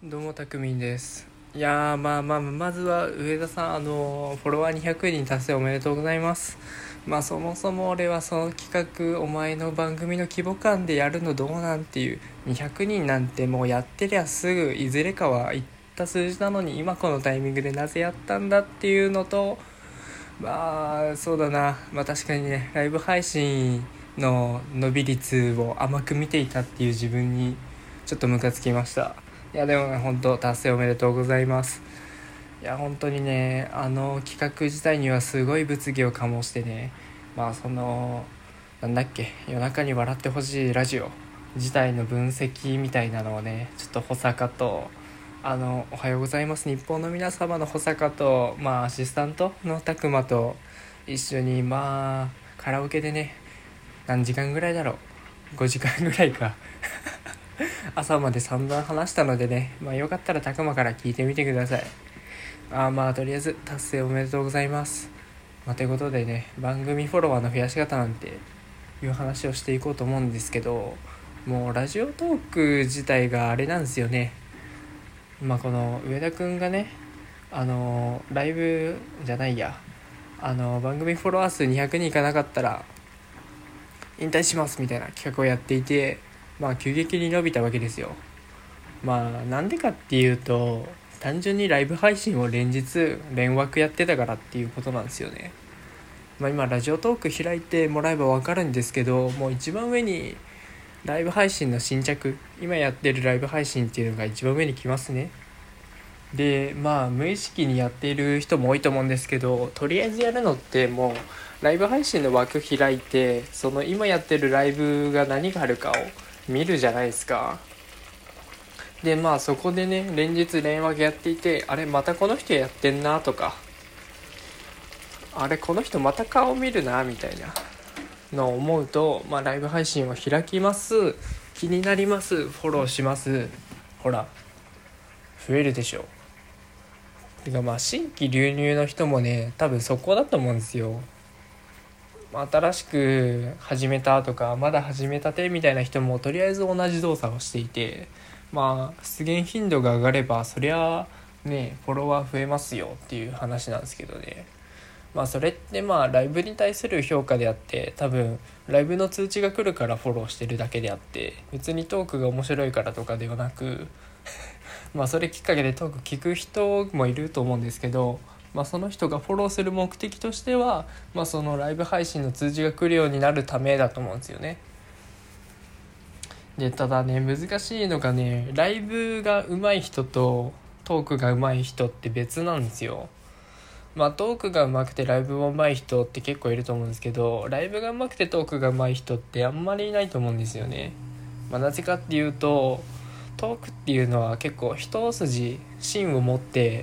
どうもたくみんです。まずは上田さん、フォロワー200人達成おめでとうございます。そもそも俺はその企画、お前の番組の規模感でやるのどうなんていう、200人なんてもうやってりゃすぐいずれかは言った数字なのに、今このタイミングでなぜやったんだっていうのと、そうだな、確かにね、ライブ配信の伸び率を甘く見ていたっていう自分にちょっとムカつきました。いやでもね、本当達成おめでとうございます。いや本当にね、あの企画自体にはすごい物議を醸してね、なんだっけ、夜中に笑ってほしいラジオ自体の分析みたいなのをね、ちょっと保坂とおはようございます日本の皆様の保坂と、アシスタントのたくまと一緒にカラオケでね、何時間ぐらいだろう、5時間ぐらいか朝まで散々話したのでね、よかったらたくまから聞いてみてください。とりあえず達成おめでとうございます。ということでね、番組フォロワーの増やし方なんていう話をしていこうと思うんですけど、もうラジオトーク自体があれなんですよね。この上田くんがね、ライブじゃないや、番組フォロワー数200人いかなかったら引退しますみたいな企画をやっていて、急激に伸びたわけですよ。なんでかっていうと、単純にライブ配信を連日連枠やってたからっていうことなんですよね。今ラジオトーク開いてもらえば分かるんですけど、もう一番上にライブ配信の新着、今やってるライブ配信っていうのが一番上に来ますね。で無意識にやっている人も多いと思うんですけど、とりあえずやるのってもうライブ配信の枠開いて、その今やってるライブが何があるかを見るじゃないですか。でそこでね、連日連話やっていて、あれまたこの人やってんなとか、あれこの人また顔見るなみたいなのを思うと、ライブ配信を開きます、気になります、フォローします、ほら増えるでしょ。てか新規流入の人もね、多分そこだと思うんですよ。新しく始めたとか、まだ始めたてみたいな人もとりあえず同じ動作をしていて、出現頻度が上がればそりゃね、フォロワー増えますよっていう話なんですけどね。それってライブに対する評価であって、多分ライブの通知が来るからフォローしてるだけであって、別にトークが面白いからとかではなくそれきっかけでトーク聞く人もいると思うんですけど、その人がフォローする目的としては、そのライブ配信の通知が来るようになるためだと思うんですよね。でただね、難しいのがね、ライブが上手い人とトークが上手い人って別なんですよ。トークが上手くてライブも上手い人って結構いると思うんですけど、ライブが上手くてトークが上手い人ってあんまりいないと思うんですよね。なぜかっていうと、トークっていうのは結構一筋芯を持って、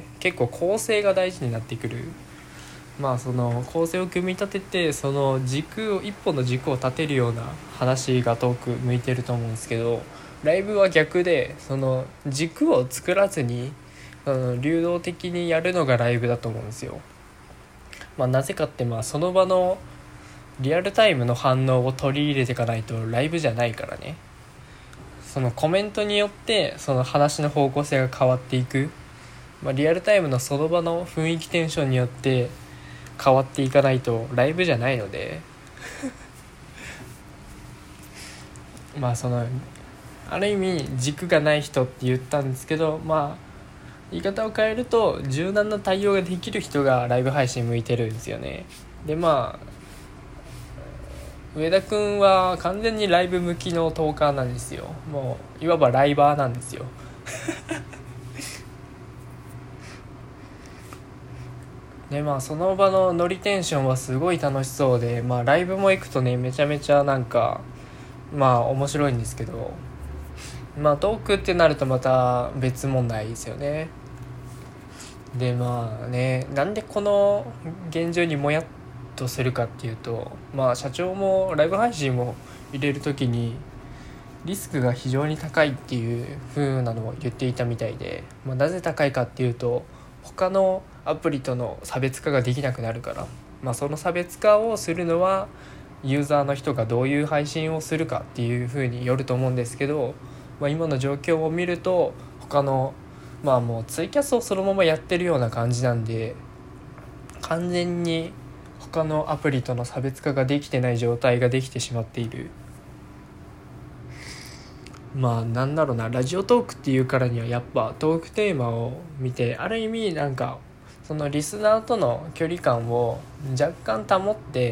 結構構成が大事になってくる。その構成を組み立てて、その軸を一本の軸を立てるような話がトーク向いてると思うんですけど、ライブは逆で、その軸を作らずに流動的にやるのがライブだと思うんですよ。なぜかってその場のリアルタイムの反応を取り入れていかないとライブじゃないからね。そのコメントによってその話の方向性が変わっていく、リアルタイムのその場の雰囲気テンションによって変わっていかないとライブじゃないのでそのある意味軸がない人って言ったんですけど、言い方を変えると柔軟な対応ができる人がライブ配信向いてるんですよね。で上田くんは完全にライブ向きのトーカーなんですよ。もういわばライバーなんですよでその場のノリテンションはすごい楽しそうで、ライブも行くとね、めちゃめちゃなんか面白いんですけど、トークってなるとまた別問題ですよね。でなんでこの現状にもやっとするかっていうと、社長もライブ配信も入れるときにリスクが非常に高いっていう風なのを言っていたみたいで、なぜ高いかっていうと、他のアプリとの差別化ができなくなるから、その差別化をするのはユーザーの人がどういう配信をするかっていう風によると思うんですけど、今の状況を見ると他のまあもうツイキャスをそのままやってるような感じなんで、完全に他のアプリとの差別化ができてない状態ができてしまっている。まあなんだろうな、ラジオトークっていうからにはやっぱトークテーマを見て、ある意味なんかそのリスナーとの距離感を若干保って、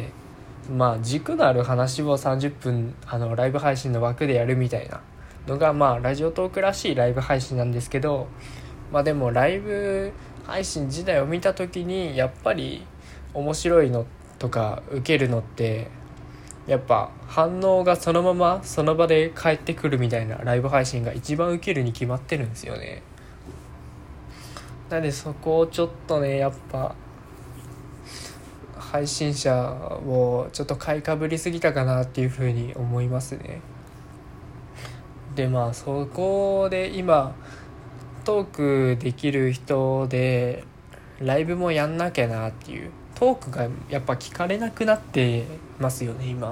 まあ軸のある話を30分ライブ配信の枠でやるみたいなのがまあラジオトークらしいライブ配信なんですけど、まあでもライブ配信自体を見た時にやっぱり面白いのとか受けるのってやっぱ反応がそのままその場で返ってくるみたいなライブ配信が一番受けるに決まってるんですよね。なのでそこをちょっとね、やっぱ配信者をちょっと買いかぶりすぎたかなっていうふうに思いますね。でまあそこで今トークできる人でライブもやんなきゃなっていう、トークがやっぱ聞かれなくなってますよね今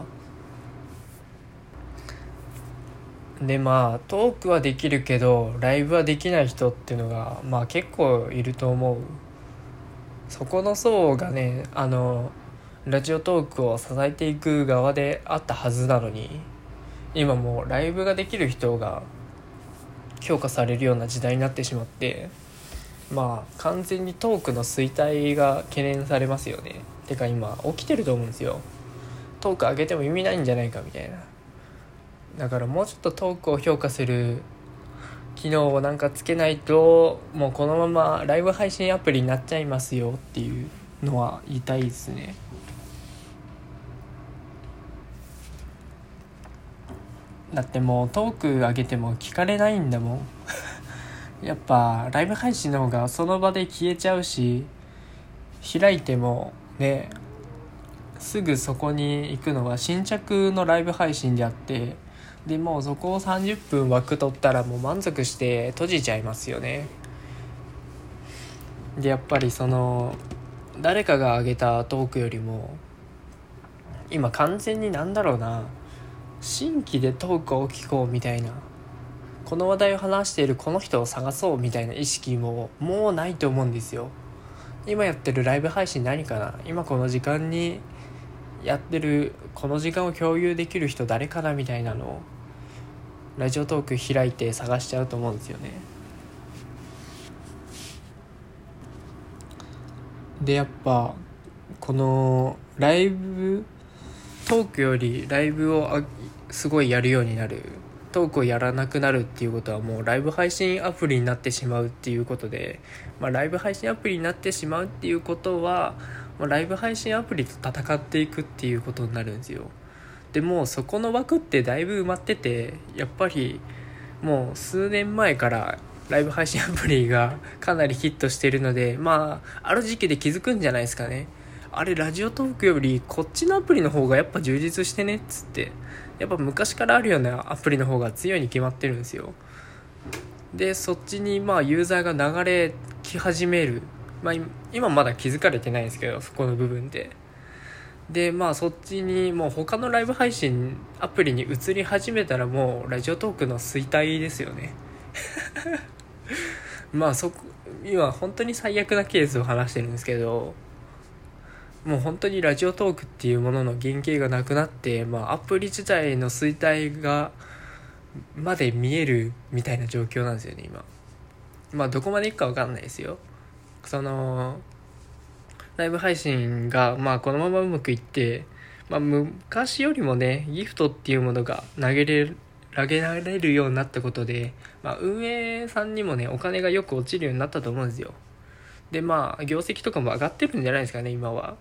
で。まあトークはできるけどライブはできない人っていうのがまあ結構いると思う。そこの層がね、ラジオトークを支えていく側であったはずなのに、今もうライブができる人が評価されるような時代になってしまって、まあ完全にトークの衰退が懸念されますよね。てか今起きてると思うんですよ。トーク上げても意味ないんじゃないかみたいな。だからもうちょっとトークを評価する機能をなんかつけないと、もうこのままライブ配信アプリになっちゃいますよっていうのは言いたいですね。だってもうトーク上げても聞かれないんだもんやっぱライブ配信の方がその場で消えちゃうし、開いてもねすぐそこに行くのは新着のライブ配信であって、でもうそこを30分枠取ったらもう満足して閉じちゃいますよね。でやっぱりその誰かが上げたトークよりも今完全になんだろうな、新規でトークを聞こうみたいな、この話題を話しているこの人を探そうみたいな意識ももうないと思うんですよ。今やってるライブ配信何かな、今この時間にやってるこの時間を共有できる人誰かなみたいなのをラジオトーク開いて探しちゃうと思うんですよね。でやっぱこのライブトークよりライブをすごいやるようになる、トークをやらなくなるっていうことはもうライブ配信アプリになってしまうっていうことで、ライブ配信アプリになってしまうっていうことは、ライブ配信アプリと戦っていくっていうことになるんですよ。でもそこの枠ってだいぶ埋まってて、やっぱりもう数年前からライブ配信アプリがかなりヒットしているので、ある時期で気づくんじゃないですかね。あれラジオトークよりこっちのアプリの方がやっぱ充実してねっつって、やっぱ昔からあるようなアプリの方が強いに決まってるんですよ。でそっちにユーザーが流れき始める、今まだ気づかれてないんですけどそこの部分で、そっちにもう他のライブ配信アプリに移り始めたらもうラジオトークの衰退ですよねそこ今本当に最悪なケースを話してるんですけど、もう本当にラジオトークっていうものの原型がなくなって、アプリ自体の衰退がまで見えるみたいな状況なんですよね今。どこまでいくか分かんないですよ。そのライブ配信がこのままうまくいって、昔よりもねギフトっていうものが投げられるようになったことで、運営さんにもねお金がよく落ちるようになったと思うんですよ。で業績とかも上がってるんじゃないですかね今は。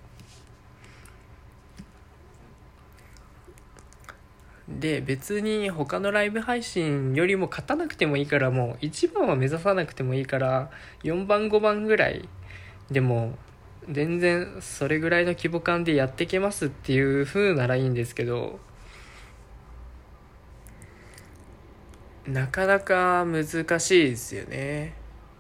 で別に他のライブ配信よりも勝たなくてもいいから、もう1番は目指さなくてもいいから4番5番ぐらいでも全然それぐらいの規模感でやっていけますっていう風ならいいんですけど、なかなか難しいですよね。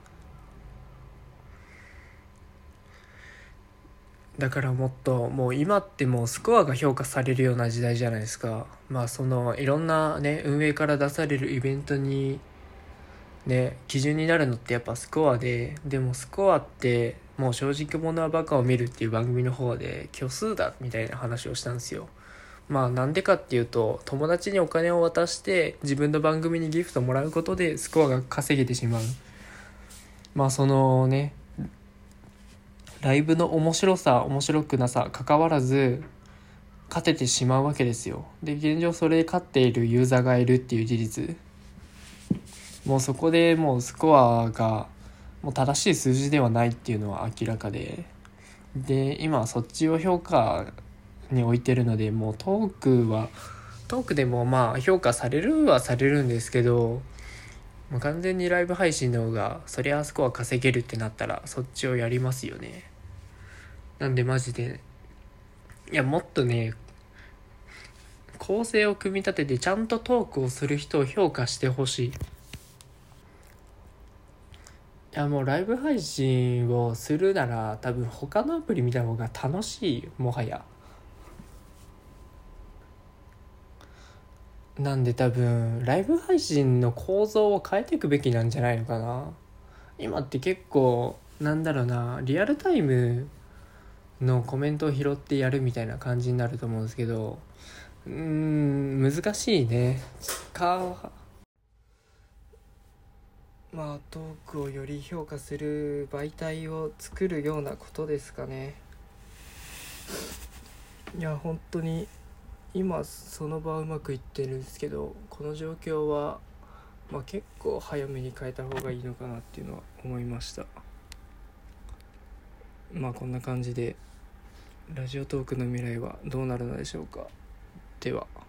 だからもう今ってもうスコアが評価されるような時代じゃないですか。そのいろんなね運営から出されるイベントにね、基準になるのってやっぱスコアでもスコアってもう正直者はバカを見るっていう番組の方で虚数だみたいな話をしたんですよ。まあなんでかっていうと、友達にお金を渡して自分の番組にギフトもらうことでスコアが稼げてしまう。まあそのね、ライブの面白くなさ関わらず勝ててしまうわけですよ。で現状それで勝っているユーザーがいるっていう事実、もうそこでもうスコアがもう正しい数字ではないっていうのは明らかで今はそっちを評価に置いてるので、もうトークでもまあ評価されるはされるんですけど、もう完全にライブ配信の方がそりゃスコア稼げるってなったらそっちをやりますよね。なんでマジでもっとね、構成を組み立ててちゃんとトークをする人を評価してほしい。もうライブ配信をするなら多分他のアプリ見た方が楽しいよ、もはや。なんで多分ライブ配信の構造を変えていくべきなんじゃないのかな。今って結構なんだろうな、リアルタイムのコメントを拾ってやるみたいな感じになると思うんですけど、難しいね。まあトークをより評価する媒体を作るようなことですかね。いや本当に今その場はうまくいってるんですけど、この状況は結構早めに変えた方がいいのかなっていうのは思いました。こんな感じでラジオトークの未来はどうなるのでしょうか。では。